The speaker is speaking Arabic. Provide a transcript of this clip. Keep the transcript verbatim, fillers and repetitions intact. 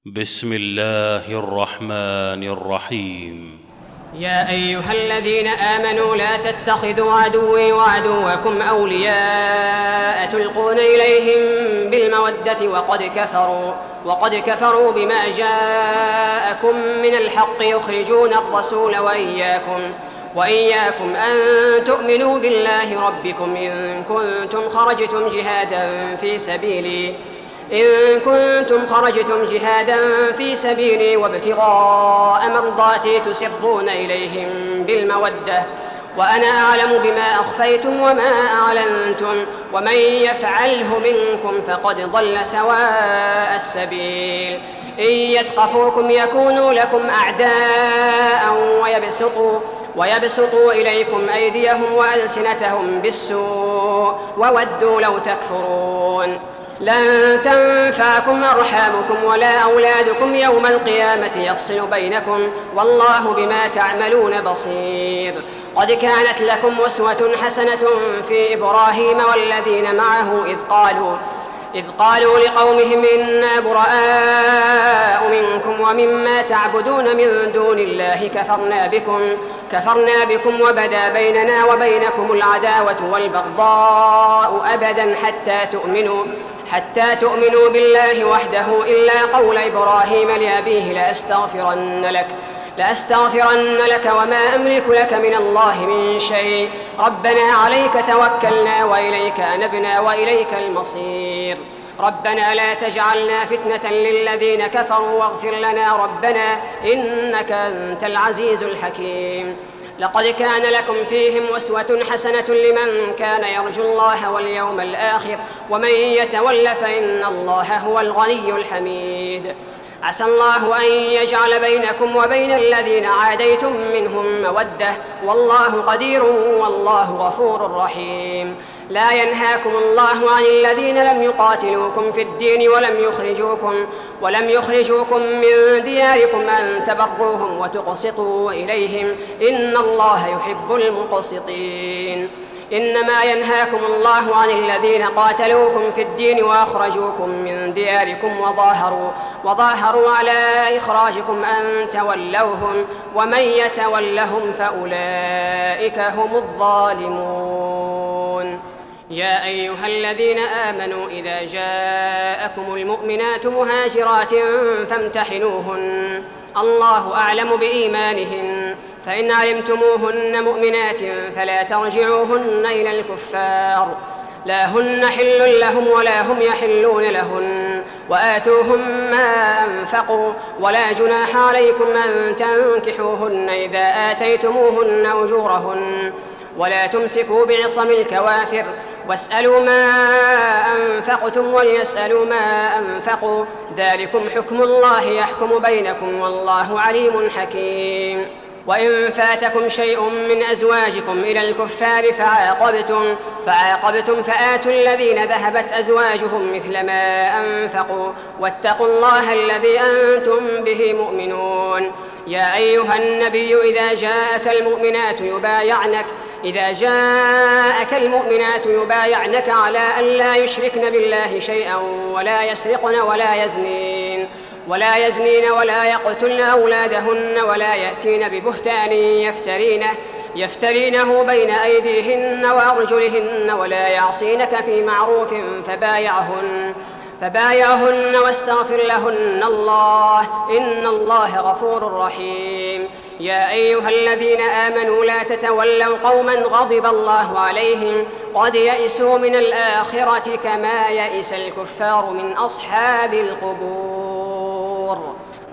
بسم الله الرحمن الرحيم. يا أيها الذين آمنوا لا تتخذوا عدوي وعدوكم أولياء تلقون إليهم بالمودة وقد كفروا وقد كفروا بما جاءكم من الحق يخرجون الرسول وإياكم وإياكم أن تؤمنوا بالله ربكم إن كنتم خرجتم جهادا في سبيلي إن كنتم خرجتم جهادا في سبيلي وابتغاء مرضاتي تسرون إليهم بالمودة وأنا أعلم بما أخفيتم وما أعلنتم ومن يفعله منكم فقد ضل سواء السبيل إن يثقفوكم يكونوا لكم أعداء ويبسطوا ويبسطوا إليكم أيديهم وألسنتهم بالسوء وودوا لو تكفرون لن تنفعكم أرحامكم ولا أولادكم يوم القيامة يفصل بينكم والله بما تعملون بصير. قد كانت لكم أسوة حسنة في إبراهيم والذين معه إذ قالوا إذ قالوا لقومهم إنا براء منكم ومما تعبدون من دون الله كفرنا بكم كفرنا بكم وبدا بيننا وبينكم العداوة والبغضاء أبدا حتى تؤمنوا حتى تؤمنوا بالله وحده إلا قول إبراهيم لأبيه لأستغفرن لك لأستغفرن لك وما أملك لك من الله من شيء ربنا عليك توكلنا وإليك أنبنا وإليك المصير. ربنا لا تجعلنا فتنة للذين كفروا واغفر لنا ربنا إنك أنت العزيز الحكيم. لقد كان لكم فيهم أسوة حسنة لمن كان يرجو الله واليوم الآخر ومن يتول فإن الله هو الغني الحميد. عسى الله أن يجعل بينكم وبين الذين عاديتم منهم مودة والله قدير والله غفور رحيم. لا ينهاكم الله عن الذين لم يقاتلوكم في الدين ولم يخرجوكم ولم يخرجوكم من دياركم أن تبروهم وتقسطوا إليهم إن الله يحب المقسطين. إنما ينهاكم الله عن الذين قاتلوكم في الدين وأخرجوكم من دياركم وظاهروا, وظاهروا على إخراجكم أن تولوهم ومن يتولهم فأولئك هم الظالمون. يا أيها الذين آمنوا إذا جاءكم المؤمنات مهاجرات فامتحنوهن الله أعلم بإيمانهن فإن علمتموهن مؤمنات فلا ترجعوهن إلى الكفار لا هن حل لهم ولا هم يحلون لهن وآتوهم ما أنفقوا ولا جناح عليكم أن تنكحوهن إذا آتيتموهن أجورهن ولا تمسكوا بعصم الكوافر واسألوا ما أنفقتم وليسألوا ما أنفقوا ذلكم حكم الله يحكم بينكم والله عليم حكيم. وإن فاتكم شيء من أزواجكم إلى الكفار فعاقبتم, فعاقبتم فآتوا الذين ذهبت أزواجهم مثل ما أنفقوا واتقوا الله الذي أنتم به مؤمنون. يا أيها النبي إذا جاءك المؤمنات يبايعنك إذا جاءك المؤمنات يبايعنك على أن لا يشركن بالله شيئا ولا يسرقن ولا يزنين ولا يزنين ولا يقتلن أولادهن ولا يأتين ببهتان يفترينه يفترينه بين أيديهن وأرجلهن ولا يعصينك في معروف فبايعهن فبايعهن واستغفر لهن الله إن الله غفور رحيم. يا أيها الذين آمنوا لا تتولوا قوما غضب الله عليهم قد يئسوا من الآخرة كما يئس الكفار من أصحاب القبور.